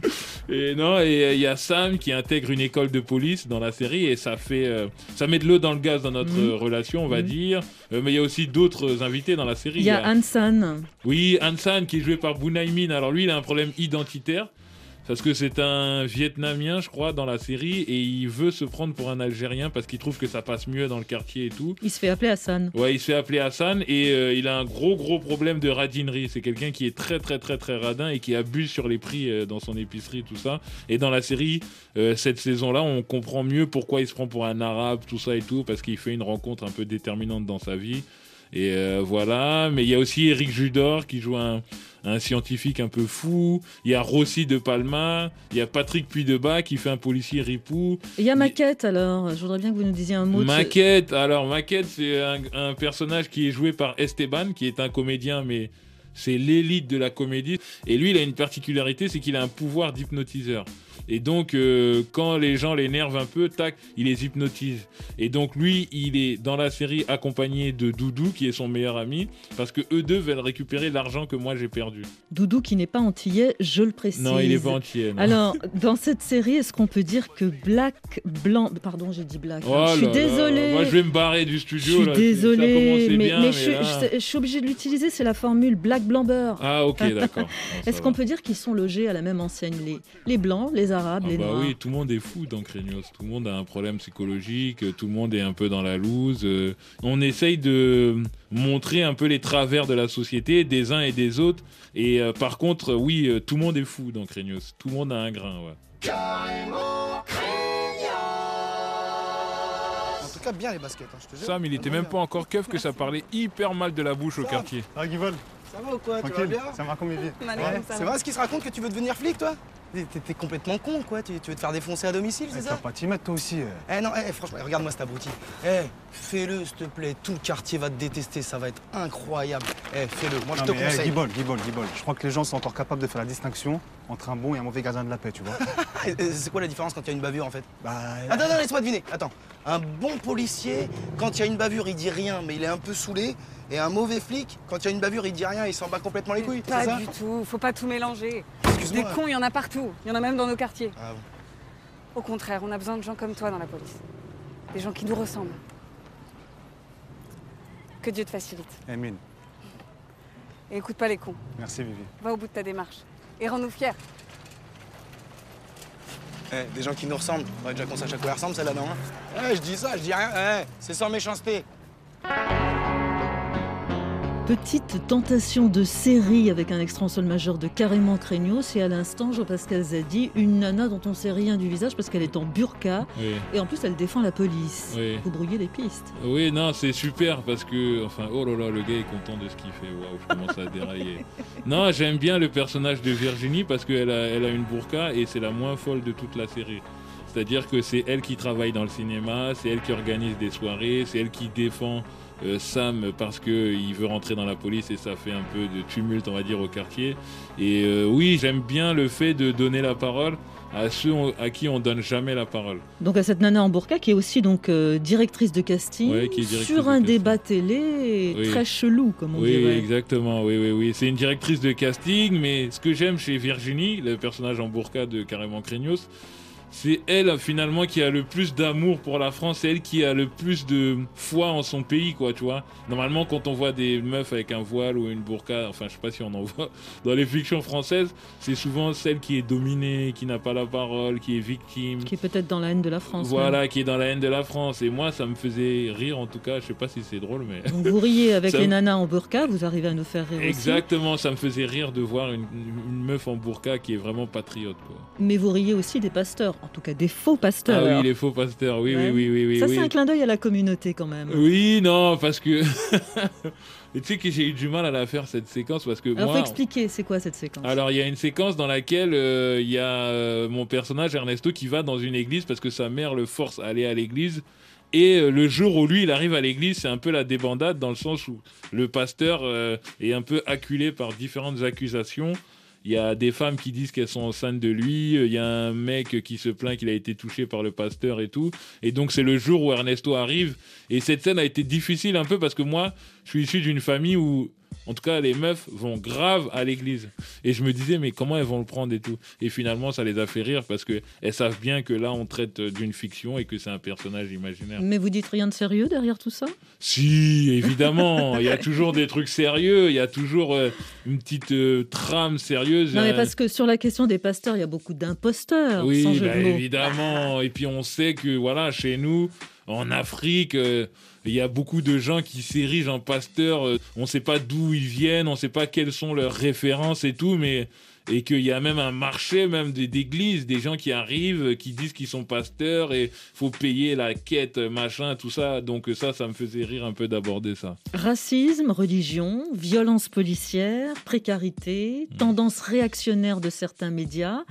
Et il y a Sam qui intègre une école de police dans la série et ça met de l'eau dans le gaz dans notre relation, on va dire. Mais il y a aussi d'autres invités dans la série. Il y a Hansan. Oui, Hansan qui est joué par Bounaïmin. Alors lui, il a un problème identitaire parce que c'est un Vietnamien, je crois, dans la série et il veut se prendre pour un Algérien parce qu'il trouve que ça passe mieux dans le quartier et tout. Il se fait appeler Hassan. Ouais, il se fait appeler Hassan et il a un gros problème de radinerie. C'est quelqu'un qui est très radin et qui abuse sur les prix dans son épicerie, tout ça. Et dans la série, cette saison-là, on comprend mieux pourquoi il se prend pour un arabe, tout ça et tout, parce qu'il fait une rencontre un peu déterminante dans sa vie. Et voilà, mais il y a aussi Eric Judor qui joue un scientifique un peu fou. Il y a Rossi de Palma. Il y a Patrick Puydebas qui fait un policier ripou. Il y a Maquette alors. Je voudrais bien que vous nous disiez un mot. Maquette, c'est un personnage qui est joué par Esteban, qui est un comédien, mais c'est l'élite de la comédie. Et lui, il a une particularité, c'est qu'il a un pouvoir d'hypnotiseur. Et donc, quand les gens l'énervent un peu, tac, il les hypnotise. Et donc, lui, il est dans la série accompagné de Doudou, qui est son meilleur ami, parce que eux deux veulent récupérer l'argent que moi j'ai perdu. Doudou qui n'est pas antillais, je le précise. Non, il n'est pas antillais. Non. Alors, dans cette série, est-ce qu'on peut dire que Pardon, j'ai dit Black. Oh je suis désolée. Moi, je vais me barrer du studio. Je suis désolée, mais je suis obligée de l'utiliser, c'est la formule Black Blanc Beurre. Ah, ok, d'accord. Bon, est-ce qu'on peut dire qu'ils sont logés à la même enseigne, les Blancs, les Arabes, les Noirs ? Oui, tout le monde est fou dans Craignos. Tout le monde a un problème psychologique, tout le monde est un peu dans la loose. On essaye de montrer un peu les travers de la société, des uns et des autres. Et par contre, oui, tout le monde est fou dans Craignos. Tout le monde a un grain, ouais. Carrément en tout cas, bien les baskets, hein, je te jure. Sam, il était même pas encore keuf que ça parlait hyper mal de la bouche au quartier. Ah, Guivol. Ça va ou quoi? Tu vas bien? Ça me raconte mes vies. C'est vrai ce qui se raconte que tu veux devenir flic, toi? T'es complètement con, quoi. Tu veux te faire défoncer à domicile, c'est ça? T'as pas t'y mettre, toi aussi. Non, franchement, regarde-moi cet abruti. Fais-le, s'il te plaît. Tout le quartier va te détester. Ça va être incroyable. Fais-le. Moi, je te conseille. Guibol. Je crois que les gens sont encore capables de faire la distinction entre un bon et un mauvais gardien de la paix, tu vois. C'est quoi la différence quand il y a une bavure, en fait? Attends, laisse-moi deviner. Attends. Un bon policier, quand il y a une bavure, il dit rien, mais il est un peu saoulé. Et un mauvais flic, quand il y a une bavure, il dit rien, il s'en bat complètement les couilles. Pas du tout, faut pas tout mélanger. Excuse-moi. Des cons, il y en a partout. Il y en a même dans nos quartiers. Ah bon. Au contraire, on a besoin de gens comme toi dans la police. Des gens qui nous ressemblent. Que Dieu te facilite. Amine. Et écoute pas les cons. Merci, Vivi. Va au bout de ta démarche. Et rends-nous fiers. Des gens qui nous ressemblent. Ouais, déjà qu'on sache à quoi elle ressemble, celle-là, non? Je dis ça, je dis rien. C'est sans méchanceté. Petite tentation de série avec un extrait en sol majeur de Carrément Craignos et à l'instant Jean-Pascal Zadi, une nana dont on ne sait rien du visage parce qu'elle est en burqa et en plus elle défend la police. Vous brouillez les pistes. Oui, non, c'est super parce que, oh là là, le gars est content de ce qu'il fait. Waouh, je commence à dérailler. Non, j'aime bien le personnage de Virginie parce qu'elle a une burqa et c'est la moins folle de toute la série. C'est-à-dire que c'est elle qui travaille dans le cinéma, c'est elle qui organise des soirées, c'est elle qui défend Sam parce qu'il veut rentrer dans la police et ça fait un peu de tumulte, on va dire, au quartier. Et oui, j'aime bien le fait de donner la parole à ceux à qui on donne jamais la parole. Donc à cette nana en burqa qui est aussi donc directrice de casting, qui est directrice sur un débat télé très chelou, comme on dirait. Oui, exactement. Oui. C'est une directrice de casting, mais ce que j'aime chez Virginie, le personnage en burqa de Carrément Craignos, c'est elle finalement qui a le plus d'amour pour la France, c'est elle qui a le plus de foi en son pays, quoi, tu vois. Normalement, quand on voit des meufs avec un voile ou une burqa, enfin je sais pas si on en voit dans les fictions françaises, c'est souvent celle qui est dominée, qui n'a pas la parole, qui est victime, qui est peut-être dans la haine de la France. Voilà, qui est dans la haine de la France. Et moi, ça me faisait rire, en tout cas. Je sais pas si c'est drôle, mais donc vous riez avec les nanas en burqa, vous arrivez à nous faire rire. Exactement, ça me faisait rire de voir une meuf en burqa qui est vraiment patriote, quoi. Mais vous riez aussi des pasteurs, en tout cas des faux pasteurs. Ah oui, les faux pasteurs, oui. Ça, c'est un clin d'œil à la communauté quand même. Oui, non, parce que... Et tu sais que j'ai eu du mal à la faire, cette séquence, parce que Alors, faut expliquer, c'est quoi cette séquence? Alors, il y a une séquence dans laquelle il y a mon personnage, Ernesto, qui va dans une église parce que sa mère le force à aller à l'église. Et le jour où lui, il arrive à l'église, c'est un peu la débandade, dans le sens où le pasteur est un peu acculé par différentes accusations. Il y a des femmes qui disent qu'elles sont enceintes de lui. Il y a un mec qui se plaint qu'il a été touché par le pasteur et tout. Et donc, c'est le jour où Ernesto arrive. Et cette scène a été difficile un peu parce que moi, je suis issu d'une famille où, en tout cas, les meufs vont grave à l'église. Et je me disais, mais comment elles vont le prendre et tout. Et finalement, ça les a fait rire parce qu'elles savent bien que là, on traite d'une fiction et que c'est un personnage imaginaire. Mais vous dites rien de sérieux derrière tout ça? Si, évidemment. Il y a toujours des trucs sérieux. Il y a toujours une petite trame sérieuse. Non, mais parce que sur la question des pasteurs, il y a beaucoup d'imposteurs. Oui, sans jeu de mots. évidemment. Et puis, on sait que, voilà, chez nous, en Afrique... il y a beaucoup de gens qui s'érigent en pasteurs. On ne sait pas d'où ils viennent, on ne sait pas quelles sont leurs références et tout, et qu'il y a même un marché même d'églises, des gens qui arrivent, qui disent qu'ils sont pasteurs et faut payer la quête, machin, tout ça. Donc ça me faisait rire un peu d'aborder ça. Racisme, religion, violence policière, précarité, tendance réactionnaire de certains médias.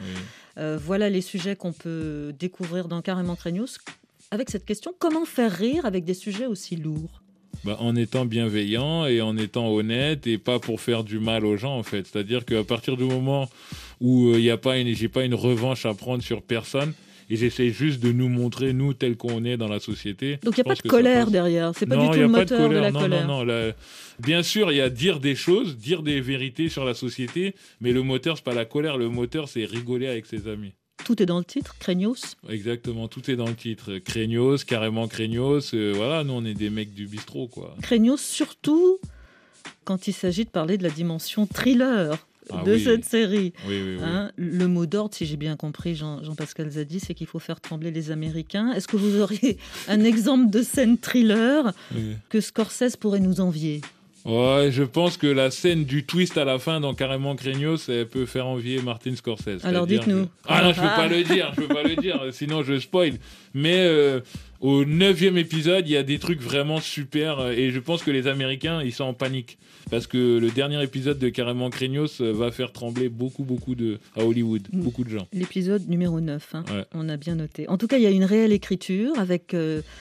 Voilà les sujets qu'on peut découvrir dans Carrément Craignos. Avec cette question, comment faire rire avec des sujets aussi lourds? En étant bienveillant et en étant honnête et pas pour faire du mal aux gens, en fait. C'est-à-dire qu'à partir du moment où j'ai pas une revanche à prendre sur personne et j'essaie juste de nous montrer, nous, tels qu'on est dans la société. Donc il n'y a pas de colère derrière, c'est pas du tout le moteur de la colère. Non. Bien sûr, il y a dire des choses, dire des vérités sur la société, mais le moteur, c'est pas la colère, le moteur, c'est rigoler avec ses amis. Tout est dans le titre, Craignos. Exactement, tout est dans le titre. Craignos, Carrément Craignos. Voilà, nous, on est des mecs du bistrot, quoi. Craignos, surtout quand il s'agit de parler de la dimension thriller cette série. Oui. Le mot d'ordre, si j'ai bien compris, Jean-Pascal Zadi, c'est qu'il faut faire trembler les Américains. Est-ce que vous auriez un exemple de scène thriller que Scorsese pourrait nous envier? Ouais, je pense que la scène du twist à la fin dans Carrément Craignos, elle peut faire envier Martin Scorsese. Alors dites-nous. Ah non, je peux pas le dire, sinon je spoil. Mais au 9e épisode, il y a des trucs vraiment super et je pense que les Américains, ils sont en panique. Parce que le dernier épisode de Carrément Craignos va faire trembler beaucoup à Hollywood, beaucoup de gens. L'épisode numéro 9, on a bien noté. En tout cas, il y a une réelle écriture avec...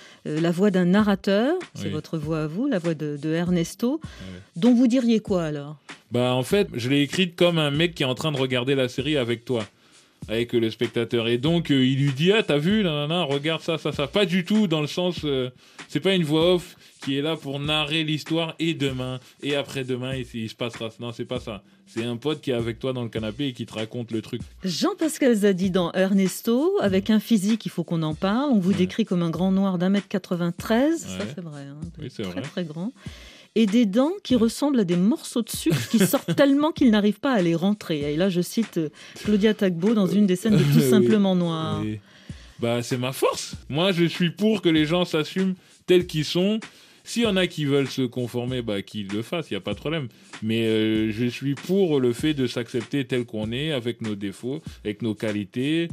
la voix d'un narrateur, c'est votre voix à vous, la voix de Ernesto, dont vous diriez quoi alors? En fait, je l'ai écrite comme un mec qui est en train de regarder la série avec toi, avec le spectateur. Et donc, il lui dit, t'as vu, regarde ça. Pas du tout dans le sens, c'est pas une voix off qui est là pour narrer l'histoire et demain, et après-demain, il se passera. Non, c'est pas ça. C'est un pote qui est avec toi dans le canapé et qui te raconte le truc. Jean-Pascal Zadi dans Ernesto, avec un physique, il faut qu'on en parle. On vous décrit comme un grand noir d'1m93. Ça, c'est vrai. Oui, c'est très, très grand. Et des dents qui ressemblent à des morceaux de sucre qui sortent tellement qu'ils n'arrivent pas à les rentrer. Et là, je cite Claudia Tagbo dans une des scènes de Tout simplement noir. Oui. C'est ma force. Moi, je suis pour que les gens s'assument tels qu'ils sont. S'il y en a qui veulent se conformer, qu'ils le fassent, il n'y a pas de problème. Mais je suis pour le fait de s'accepter tel qu'on est, avec nos défauts, avec nos qualités.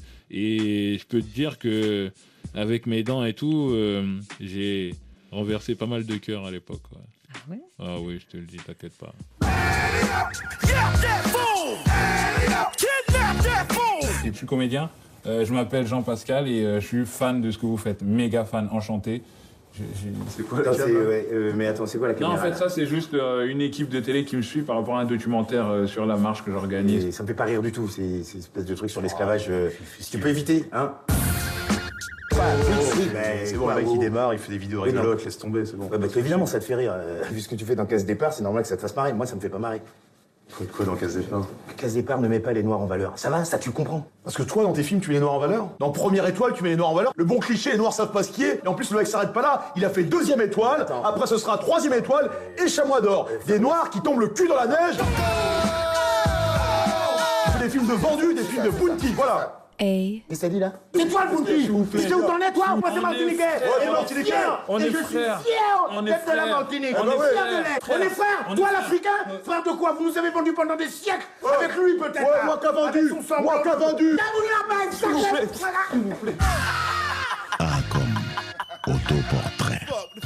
Et je peux te dire que avec mes dents et tout, j'ai renversé pas mal de cœurs à l'époque. Ouais. Ah ouais? Ah oui, je te le dis, t'inquiète pas. Je suis comédien, je m'appelle Jean-Pascal et je suis fan de ce que vous faites. Méga fan, enchanté. C'est quoi la caméra mais attends, c'est quoi la caméra? Non, en fait, ça, c'est juste une équipe de télé qui me suit par rapport à un documentaire sur la marche que j'organise. Ça me fait pas rire du tout, c'est une espèce de truc sur l'esclavage. Tu peux éviter, hein? Oui, mais c'est bon, le mec il démarre, il fait des vidéos rigolotes, laisse tomber, c'est bon. Ouais, bah, évidemment, ça te fait rire. Vu ce que tu fais dans Casse Départ, c'est normal que ça te fasse marrer. Moi, ça me fait pas marrer. Quoi dans Casse Départ? Casse Départ ne met pas les noirs en valeur. Ça va, ça tu le comprends? Parce que toi, dans tes films, tu mets les noirs en valeur. Dans Première Étoile, tu mets les noirs en valeur. Le bon cliché, les noirs savent pas ce qui est. Et en plus, le mec s'arrête pas là. Il a fait 2e étoile. Attends. Après, ce sera 3e étoile et Chamois d'or. Des noirs qui tombent le cul dans la neige. C'est des films de vendus, des films de bounty, voilà. Hey. Qu'est-ce que t'as dit là? C'est toi le bounty. Tu sais où t'en es, toi? Moi, c'est Martiniquais. Et Martiniquais. On est frères. On est fiers de la Martinique. On est fiers de l'être. On est frères. Toi, l'Africain, frère de quoi? Vous nous avez vendu pendant des siècles. Avec lui, peut-être. Ouais, moi qu'a vendu. Moi qu'a vendu. S'il vous plaît. Ah, comme autoportrait.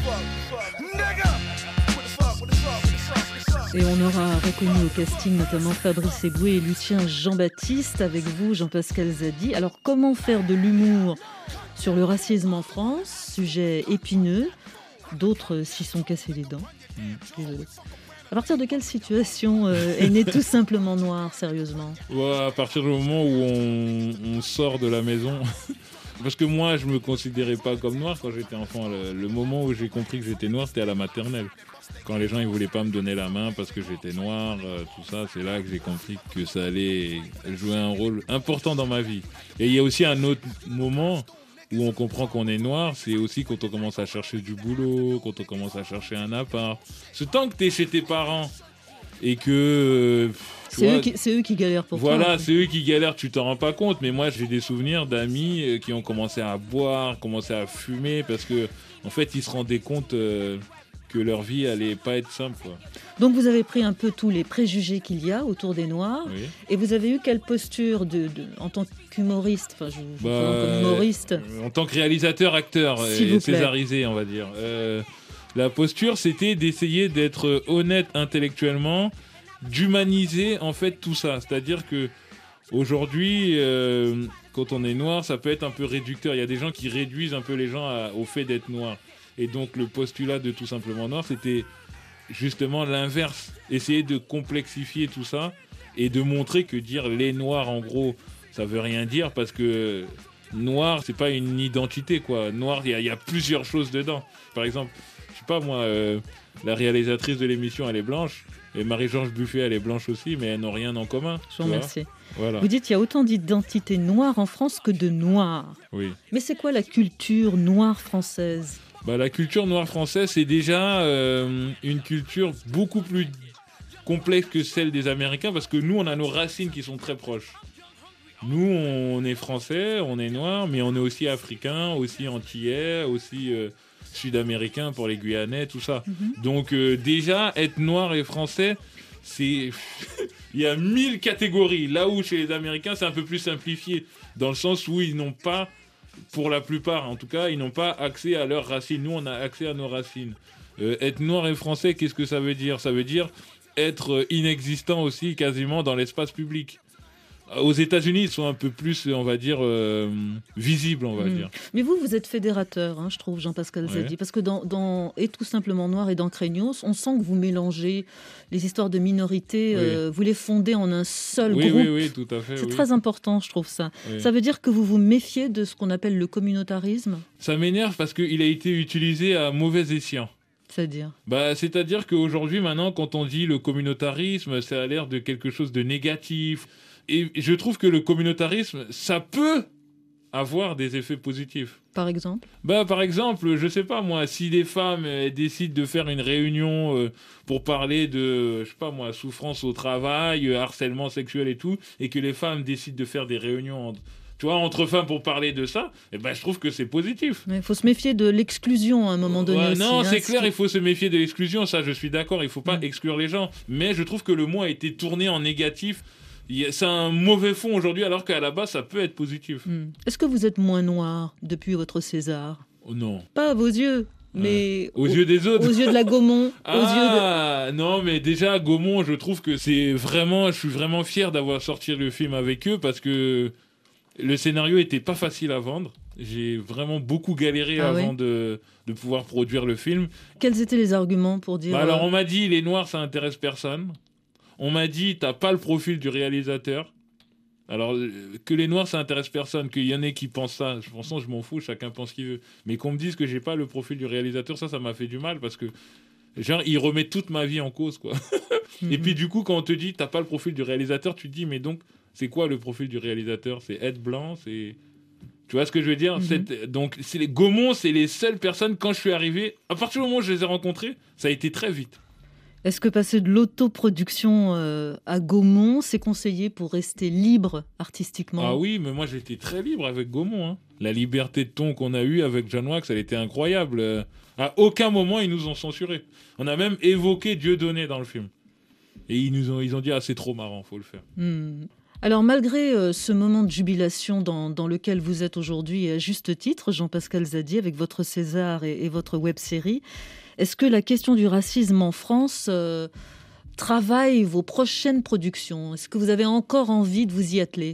Et on aura reconnu au casting notamment Fabrice Eboué et Lucien Jean-Baptiste. Avec vous, Jean-Pascal Zadi. Alors, comment faire de l'humour sur le racisme en France? Sujet épineux. D'autres s'y sont cassés les dents. Désolé. À partir de quelle situation est né Tout simplement Noir, sérieusement? À partir du moment où on sort de la maison. Parce que moi, je me considérais pas comme noir quand j'étais enfant. Le moment où j'ai compris que j'étais noir, c'était à la maternelle. Quand les gens ils voulaient pas me donner la main parce que j'étais noir, tout ça, c'est là que j'ai compris que ça allait jouer un rôle important dans ma vie. Et il y a aussi un autre moment où on comprend qu'on est noir, c'est aussi quand on commence à chercher du boulot, quand on commence à chercher un appart. Ce temps que t'es chez tes parents et que... C'est eux qui galèrent pour toi. Voilà, c'est eux qui galèrent, tu t'en rends pas compte. Mais moi, j'ai des souvenirs d'amis qui ont commencé à boire, commencé à fumer parce que, en fait, ils se rendaient compte que leur vie allait pas être simple, quoi. Donc vous avez pris un peu tous les préjugés qu'il y a autour des Noirs, oui. Et vous avez eu quelle posture en tant qu'humoriste, enfin je vous comme humoriste, en tant que réalisateur, acteur, césarisé, on va dire. La posture, c'était d'essayer d'être honnête intellectuellement, d'humaniser en fait tout ça. C'est-à-dire que aujourd'hui, quand on est noir, ça peut être un peu réducteur. Il y a des gens qui réduisent un peu les gens au fait d'être noir. Et donc le postulat de Tout simplement Noir, c'était justement l'inverse. Essayer de complexifier tout ça et de montrer que dire les noirs, en gros, ça veut rien dire parce que noir, c'est pas une identité, quoi. Noir, il y a plusieurs choses dedans. Par exemple, je sais pas moi, la réalisatrice de l'émission, elle est blanche. Et Marie-Georges Buffet, elle est blanche aussi, mais elles n'ont rien en commun. Je vous remercie. Voilà. Vous dites qu'il y a autant d'identités noires en France que de noirs. Oui. Mais c'est quoi la culture noire française ? La culture noire française, c'est déjà une culture beaucoup plus complexe que celle des Américains, parce que nous, on a nos racines qui sont très proches. Nous, on est français, on est noir, mais on est aussi africain, aussi antillais, aussi sud-américain pour les Guyanais, tout ça. Mm-hmm. Donc déjà, être noir et français, c'est... Il y a 1000 catégories. Là où chez les Américains, c'est un peu plus simplifié, dans le sens où ils n'ont pas... Pour la plupart, en tout cas, ils n'ont pas accès à leurs racines. Nous, on a accès à nos racines. Être noir et français, qu'est-ce que ça veut dire ? Ça veut dire être inexistant aussi, quasiment, dans l'espace public. Aux États-Unis, ils sont un peu plus, on va dire, visibles, on va dire. Mais vous êtes fédérateur, je trouve, Jean-Pascal Zadi, parce que dans Et Tout simplement Noir et dans Craignos, on sent que vous mélangez les histoires de minorités, vous les fondez en un seul groupe. Oui, tout à fait. C'est très important, je trouve ça. Oui. Ça veut dire que vous vous méfiez de ce qu'on appelle le communautarisme ? Ça m'énerve parce qu'il a été utilisé à mauvais escient. C'est-à-dire ? C'est-à-dire qu'aujourd'hui, maintenant, quand on dit le communautarisme, ça a l'air de quelque chose de négatif. Et je trouve que le communautarisme, ça peut avoir des effets positifs. Par exemple ? Par exemple, je sais pas moi, si des femmes décident de faire une réunion pour parler de, je sais pas moi, souffrance au travail, harcèlement sexuel et tout, et que les femmes décident de faire des réunions entre femmes pour parler de ça, je trouve que c'est positif. Il faut se méfier de l'exclusion à un moment donné aussi. Non, c'est clair, il faut se méfier de l'exclusion, ça je suis d'accord, il faut pas exclure les gens. Mais je trouve que le mot a été tourné en négatif. C'est un mauvais fond aujourd'hui, alors qu'à la base, ça peut être positif. Est-ce que vous êtes moins noir depuis votre César ? Oh non. Pas à vos yeux, mais... Aux yeux des autres. Aux yeux de la Gaumont. Non, mais déjà, Gaumont, je trouve que je suis vraiment fier d'avoir sorti le film avec eux, parce que le scénario était pas facile à vendre. J'ai vraiment beaucoup galéré avant de pouvoir produire le film. Quels étaient les arguments pour dire... Alors, on m'a dit, les noirs, ça intéresse personne. On m'a dit, t'as pas le profil du réalisateur. Alors, que les noirs, ça intéresse personne, qu'il y en ait qui pensent ça, je m'en fous, chacun pense ce qu'il veut. Mais qu'on me dise que j'ai pas le profil du réalisateur, ça m'a fait du mal, parce que, genre, il remet toute ma vie en cause, quoi. Et puis, du coup, quand on te dit, t'as pas le profil du réalisateur, tu te dis, mais donc, c'est quoi le profil du réalisateur? C'est être blanc, c'est... Tu vois ce que je veux dire? Donc, c'est les Gaumont, c'est les seules personnes, quand je suis arrivé, à partir du moment où je les ai rencontrés, ça a été très vite. Est-ce que passer de l'autoproduction à Gaumont, c'est conseillé pour rester libre artistiquement? Ah oui, mais moi j'étais très libre avec Gaumont. Hein. La liberté de ton qu'on a eue avec John Wax, elle était incroyable. À aucun moment ils nous ont censuré. On a même évoqué Dieudonné dans le film. Et ils ont dit, ah c'est trop marrant, faut le faire. Alors malgré ce moment de jubilation dans lequel vous êtes aujourd'hui, et à juste titre, Jean-Pascal Zadi, avec votre César et votre web-série, est-ce que la question du racisme en France travaille vos prochaines productions? Est-ce que vous avez encore envie de vous y atteler?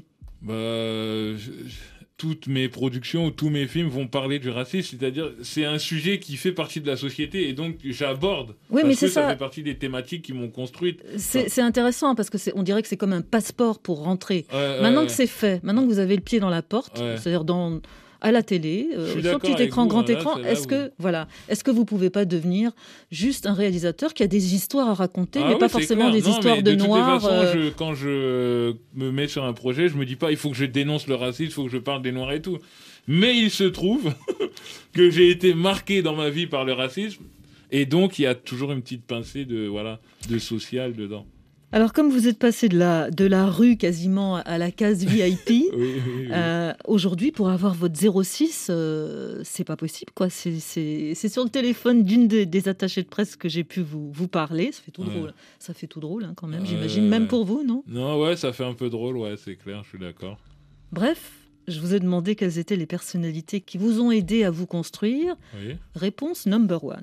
Toutes mes productions ou tous mes films vont parler du racisme, c'est-à-dire c'est un sujet qui fait partie de la société et donc j'aborde. Oui, parce mais que c'est ça fait partie des thématiques qui m'ont construite. C'est intéressant parce que on dirait que c'est comme un passeport pour rentrer. Maintenant que c'est fait, maintenant que vous avez le pied dans la porte, c'est-à-dire à la télé, sur petit écran, grand écran, est-ce que vous pouvez pas devenir juste un réalisateur qui a des histoires à raconter, mais pas forcément des histoires de noirs? Quand je me mets sur un projet, je me dis pas il faut que je dénonce le racisme, il faut que je parle des noirs et tout. Mais il se trouve que j'ai été marqué dans ma vie par le racisme, et donc il y a toujours une petite pincée de social dedans. Alors, comme vous êtes passé de la rue quasiment à la case VIP, oui. Aujourd'hui, pour avoir votre 06, c'est pas possible, quoi. C'est sur le téléphone d'une des attachées de presse que j'ai pu vous parler. Ça fait tout drôle. Ça fait tout drôle, hein, quand même, j'imagine, même pour vous, non? Non, ouais, ça fait un peu drôle, ouais, c'est clair, je suis d'accord. Bref, je vous ai demandé quelles étaient les personnalités qui vous ont aidé à vous construire. Oui. Réponse number 1.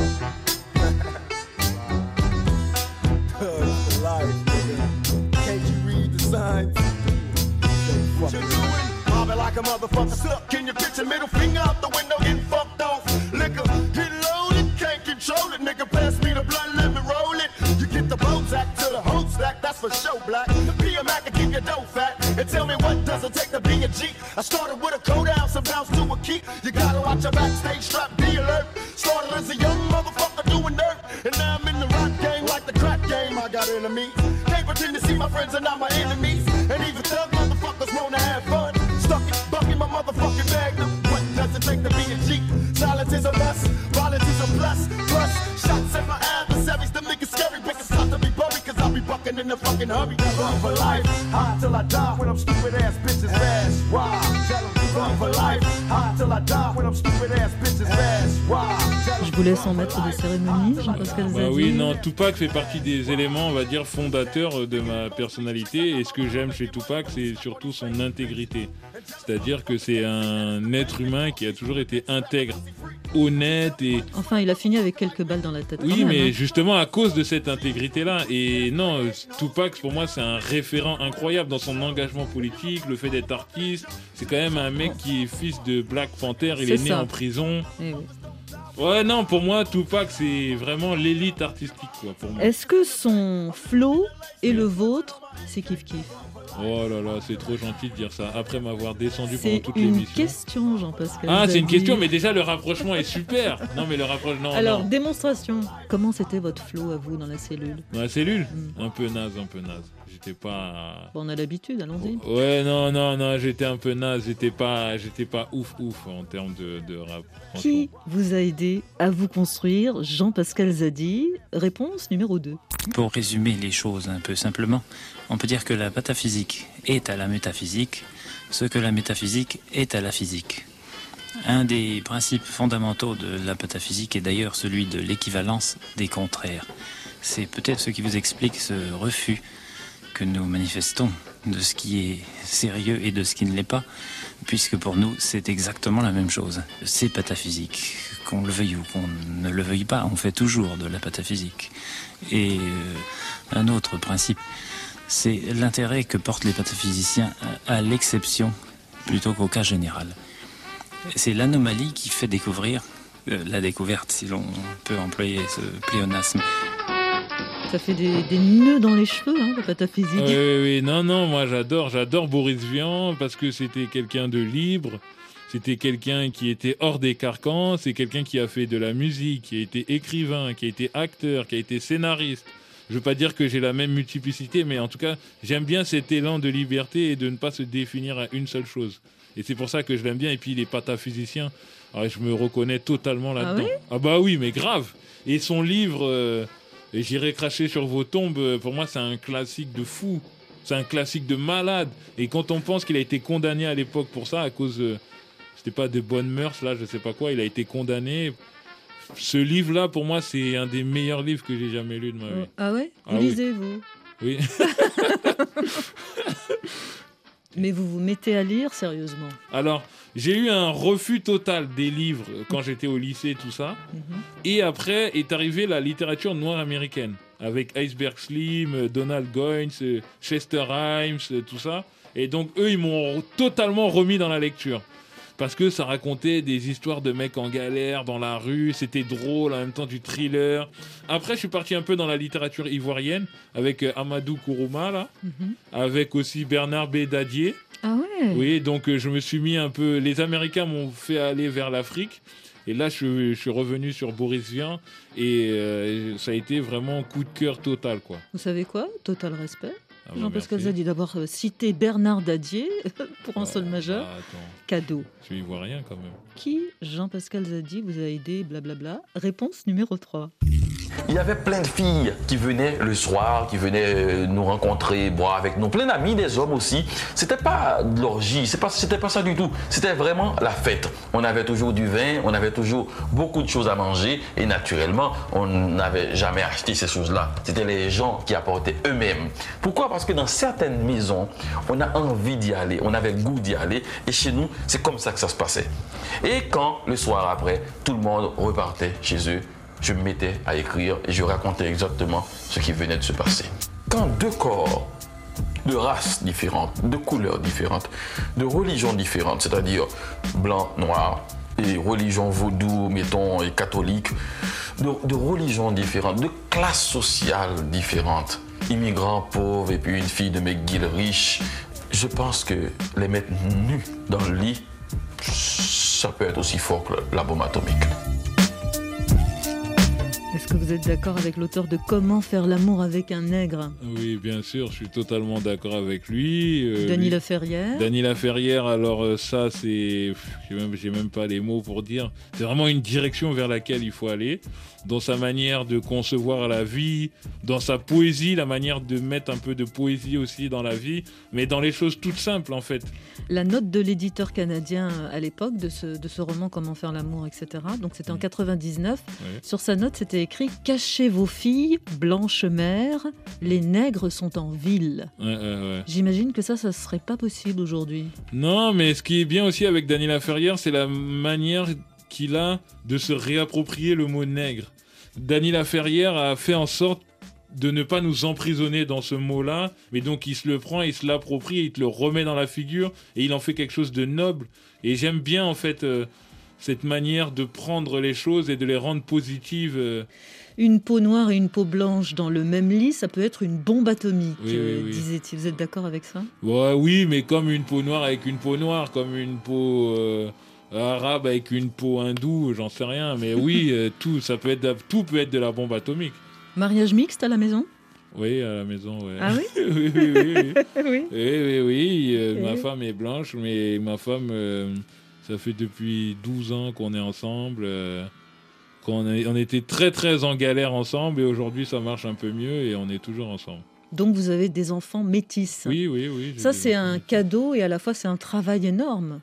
Can't you read the signs? What you doing? Mobbing like a motherfucker. Stuck in your picture, middle finger out the window, getting fucked off. Liquor, get loaded, can't control it. Nigga, pass me the blunt, let me roll it. You get the Bozak to the whole stack, that's for show, black. Be a Mac and keep your dough fat. And tell me what does it take to be a G? I started with a cold ounce and bounced to a key. You gotta watch your backstage strap, be alert. Started as a young motherfucker doing dirt. And now I'm in the rap game like the crack game. I got enemies. Can't pretend to see my friends are not my enemies. And even thug motherfuckers wanna have fun. Stuck it, bucking my motherfucking magnum. What does it take to be a G? Silence is a must, violence is a plus. Plus, shots at my adversaries, them niggas scary. Pick a spot to be buried, cause I'll be bucking in the fucking hurry. Run for life, high till I die when I'm stupid ass bitches ass. Why? Run for life, high till I die when I'm stupid ass bitches ass. Why? Je vous laisse en maître de cérémonie, Jean-Pascal Zadi. Oui, non, Tupac fait partie des éléments, on va dire, fondateurs de ma personnalité. Et ce que j'aime chez Tupac, c'est surtout son intégrité. C'est-à-dire que c'est un être humain qui a toujours été intègre, honnête et... Enfin, il a fini avec quelques balles dans la tête. Oui, mais justement à cause de cette intégrité-là. Et non, Tupac, pour moi, c'est un référent incroyable dans son engagement politique, le fait d'être artiste. C'est quand même un mec qui est fils de Black Panther, il est né en prison. Eh oui. Ouais, non, pour moi, Tupac, c'est vraiment l'élite artistique, quoi, pour moi. Est-ce que son flow et le vôtre, c'est kiff-kiff? Oh là là, c'est trop gentil de dire ça, après m'avoir descendu pendant toute l'émission. C'est une question, Jean-Pascal. Ah, c'est une question, mais déjà, le rapprochement est super. Non, mais le rapprochement... Alors, démonstration. Comment c'était votre flow, à vous, dans la cellule? Dans la cellule Un peu naze. J'étais pas... Bon, on a l'habitude, allons-y. Ouais, non, j'étais un peu naze. J'étais pas ouf en termes de rap. Qui vous a aidé à vous construire, Jean-Pascal Zadi? Réponse numéro 2. Pour résumer les choses un peu simplement, on peut dire que la pataphysique est à la métaphysique ce que la métaphysique est à la physique. Un des principes fondamentaux de la pataphysique est d'ailleurs celui de l'équivalence des contraires. C'est peut-être ce qui vous explique ce refus que nous manifestons de ce qui est sérieux et de ce qui ne l'est pas, puisque pour nous, c'est exactement la même chose. C'est pataphysique. Qu'on le veuille ou qu'on ne le veuille pas, on fait toujours de la pataphysique. Et un autre principe, c'est l'intérêt que portent les pataphysiciens à l'exception plutôt qu'au cas général. C'est l'anomalie qui fait découvrir la découverte, si l'on peut employer ce pléonasme. Ça fait des nœuds dans les cheveux, hein, la pataphysique. Oui, non, moi j'adore Boris Vian parce que c'était quelqu'un de libre, c'était quelqu'un qui était hors des carcans, c'est quelqu'un qui a fait de la musique, qui a été écrivain, qui a été acteur, qui a été scénariste. Je veux pas dire que j'ai la même multiplicité, mais en tout cas, j'aime bien cet élan de liberté et de ne pas se définir à une seule chose. Et c'est pour ça que je l'aime bien. Et puis les pataphysiciens, je me reconnais totalement là-dedans. Ah oui bah oui, mais grave. Et son livre, J'irai cracher sur vos tombes, pour moi c'est un classique de fou. C'est un classique de malade. Et quand on pense qu'il a été condamné à l'époque pour ça, à cause, c'était pas de bonnes mœurs, là, je sais pas quoi, il a été condamné. Ce livre-là, pour moi, c'est un des meilleurs livres que j'ai jamais lu de ma vie. Ah ouais? Vous lisez, vous? Oui. Mais vous vous mettez à lire sérieusement? Alors, j'ai eu un refus total des livres quand j'étais au lycée, tout ça. Et après est arrivée la littérature noire américaine, avec Iceberg Slim, Donald Goines, Chester Himes, tout ça. Et donc, eux, ils m'ont totalement remis dans la lecture. Parce que ça racontait des histoires de mecs en galère dans la rue, c'était drôle, en même temps du thriller. Après, je suis parti un peu dans la littérature ivoirienne, avec Amadou Kourouma, là, avec aussi Bernard B. Dadier. Ah ouais? Oui, donc je me suis mis un peu... Les Américains m'ont fait aller vers l'Afrique. Et là, je suis revenu sur Boris Vian. Et ça a été vraiment coup de cœur total, quoi. Vous savez quoi? Total respect. Jean-Pascal merci. Zadi, d'abord cité Bernard Dadier pour un sol majeur. Cadeau. Je suis ivoirien quand même. Qui, Jean-Pascal Zadi, vous a aidé, blablabla? Réponse numéro 3. Il y avait plein de filles qui venaient le soir, qui venaient nous rencontrer, boire avec nous. Plein d'amis, des hommes aussi. C'était pas de l'orgie, c'était pas ça du tout. C'était vraiment la fête. On avait toujours du vin, on avait toujours beaucoup de choses à manger. Et naturellement, on n'avait jamais acheté ces choses-là. C'était les gens qui apportaient eux-mêmes. Pourquoi? Parce que dans certaines maisons, on a envie d'y aller, on avait le goût d'y aller. Et chez nous, c'est comme ça que ça se passait. Et quand, le soir après, tout le monde repartait chez eux, je me mettais à écrire et je racontais exactement ce qui venait de se passer. Quand deux corps de races différentes, de couleurs différentes, de religions différentes, c'est-à-dire blanc, noir, et religion vaudou, mettons, et catholique, de religions différentes, de classes sociales différentes, immigrants pauvres et puis une fille de McGill riche, je pense que les mettre nus dans le lit, ça peut être aussi fort que la bombe atomique. Est-ce que vous êtes d'accord avec l'auteur de Comment faire l'amour avec un nègre? Oui, bien sûr, je suis totalement d'accord avec lui. Dany Laferrière. Dany Laferrière, alors ça, c'est... J'ai même pas les mots pour dire. C'est vraiment une direction vers laquelle il faut aller. Dans sa manière de concevoir la vie, dans sa poésie, la manière de mettre un peu de poésie aussi dans la vie, mais dans les choses toutes simples, en fait. La note de l'éditeur canadien à l'époque de ce roman Comment faire l'amour, etc. Donc c'était en 99. Oui. Sur sa note, c'était écrit « Cachez vos filles, blanche mère, les nègres sont en ville ». J'imagine que ça serait pas possible aujourd'hui. Non, mais ce qui est bien aussi avec Dany Laferrière, c'est la manière qu'il a de se réapproprier le mot nègre. Dany Laferrière a fait en sorte de ne pas nous emprisonner dans ce mot-là, mais donc il se le prend, il se l'approprie, il te le remet dans la figure et il en fait quelque chose de noble. Et j'aime bien en fait cette manière de prendre les choses et de les rendre positives. Une peau noire et une peau blanche dans le même lit, ça peut être une bombe atomique, oui. disait-il. Vous êtes d'accord avec ça? Ouais, oui, mais comme une peau noire avec une peau noire, comme une peau arabe avec une peau hindoue, j'en sais rien. Mais oui, tout peut être de la bombe atomique. Mariage mixte à la maison? Oui, à la maison, ouais. Ah oui? oui. Oui. Ma femme est blanche, mais ma femme, ça fait depuis 12 ans qu'on est ensemble. On était très très en galère ensemble et aujourd'hui ça marche un peu mieux et on est toujours ensemble. Donc vous avez des enfants métis. Oui. Ça c'est un cadeau et à la fois c'est un travail énorme.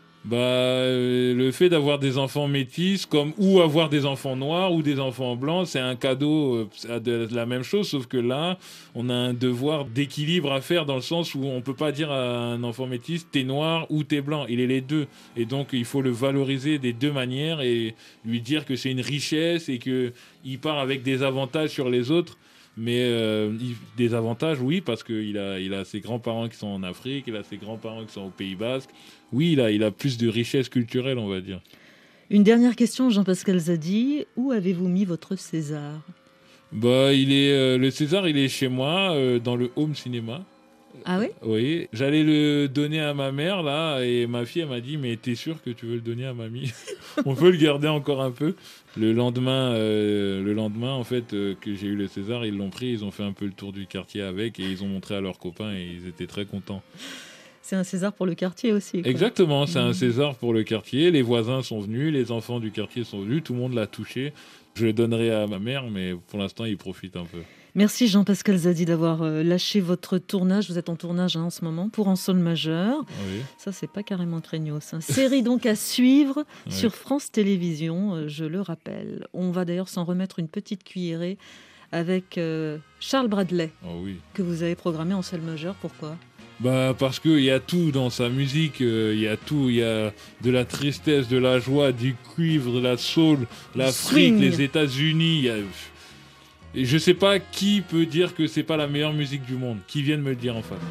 Le fait d'avoir des enfants métis ou avoir des enfants noirs ou des enfants blancs, c'est un cadeau de la même chose, sauf que là, on a un devoir d'équilibre à faire dans le sens où on peut pas dire à un enfant métis t'es noir ou t'es blanc, il est les deux. Et donc il faut le valoriser des deux manières et lui dire que c'est une richesse et qu'il part avec des avantages sur les autres. Mais des avantages, oui, parce qu'il a ses grands-parents qui sont en Afrique, il a ses grands-parents qui sont au Pays Basque. Oui, il a plus de richesse culturelle, on va dire. Une dernière question, Jean-Pascal Zadi. Où avez-vous mis votre César ? Le César, il est chez moi, dans le home cinéma. Ah oui ? Oui. J'allais le donner à ma mère, là, et ma fille, elle m'a dit, mais t'es sûr que tu veux le donner à mamie ? On peut le garder encore un peu. Le lendemain, en fait, que j'ai eu le César, ils l'ont pris, ils ont fait un peu le tour du quartier avec, et ils ont montré à leurs copains, et ils étaient très contents. C'est un César pour le quartier aussi, quoi. Exactement, c'est un César pour le quartier. Les voisins sont venus, les enfants du quartier sont venus, tout le monde l'a touché. Je le donnerai à ma mère, mais pour l'instant, il profite un peu. Merci Jean-Pascal Zadi d'avoir lâché votre tournage. Vous êtes en tournage en ce moment pour En Sol Majeur. Oui. Ça, c'est pas carrément craignos. Série donc à suivre sur France Télévisions, je le rappelle. On va d'ailleurs s'en remettre une petite cuillerée avec Charles Bradley, que vous avez programmé en Sol Majeur. Pourquoi ? Parce qu'il y a tout dans sa musique, il y a tout, il y a de la tristesse, de la joie, du cuivre, de la soul, l'Afrique, les États-Unis. Et je sais pas qui peut dire que c'est pas la meilleure musique du monde, qui vienne me le dire en face.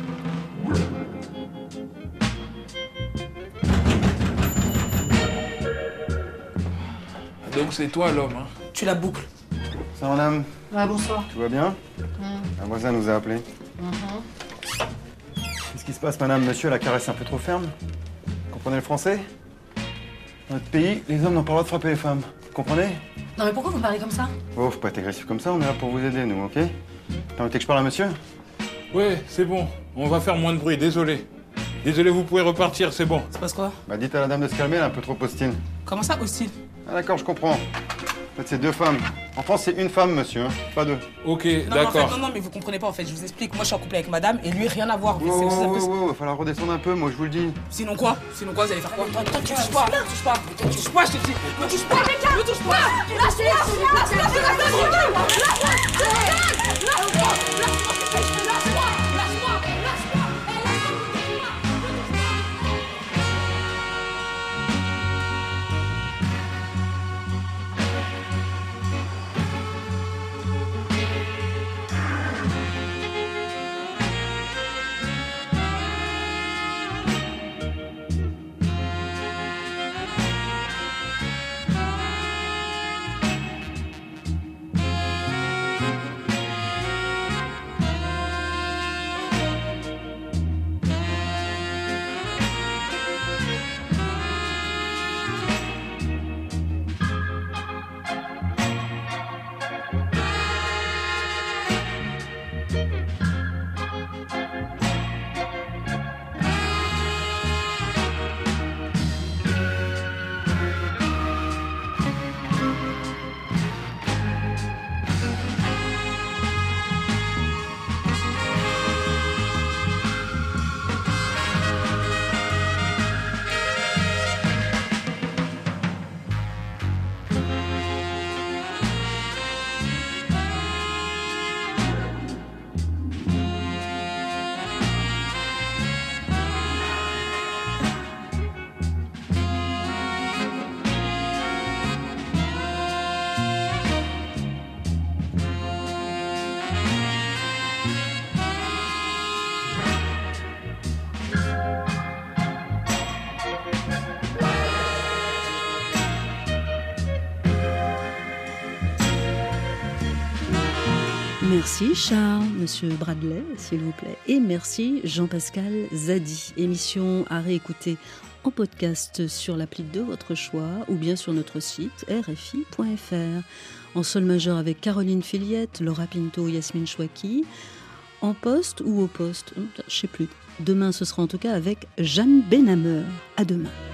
Donc c'est toi l'homme, hein. Tu la boucles. Ça, madame. Ouais, bonsoir. Tout va bien ? Un voisin nous a appelés. Qu'est-ce qui se passe, madame ? Monsieur, la caresse un peu trop ferme. Comprenez le français ? Dans notre pays, les hommes n'ont pas le droit de frapper les femmes. Vous comprenez ? Non mais pourquoi vous me parlez comme ça ? Oh, faut pas être agressif comme ça, on est là pour vous aider, nous, ok ? Permettez que je parle à monsieur ? Ouais, c'est bon. On va faire moins de bruit, désolé. Désolé, vous pouvez repartir, c'est bon. Ça passe quoi ? Dites à la dame de se calmer, elle est un peu trop hostile. Comment ça, hostile ? Ah d'accord, je comprends. En fait, c'est 2 femmes. En France, c'est une femme, monsieur, hein, pas 2. Ok, d'accord. Non, mais vous comprenez pas, en fait. Je vous explique. Moi, je suis en couple avec madame et lui, rien à voir. Il va falloir redescendre un peu, moi, je vous le dis. Sinon quoi, vous allez faire quoi ? Toi, tu touches pas, je te dis. Ne touche pas, ne touche pas. Merci Charles, Monsieur Bradley, s'il vous plaît. Et merci Jean-Pascal Zadi. Émission à réécouter en podcast sur l'appli de votre choix ou bien sur notre site rfi.fr. En sol majeur avec Caroline Filiette, Laura Pinto, Yasmine Chouaki. En poste ou au poste, je ne sais plus. Demain, ce sera en tout cas avec Jeanne Benhammer. À demain.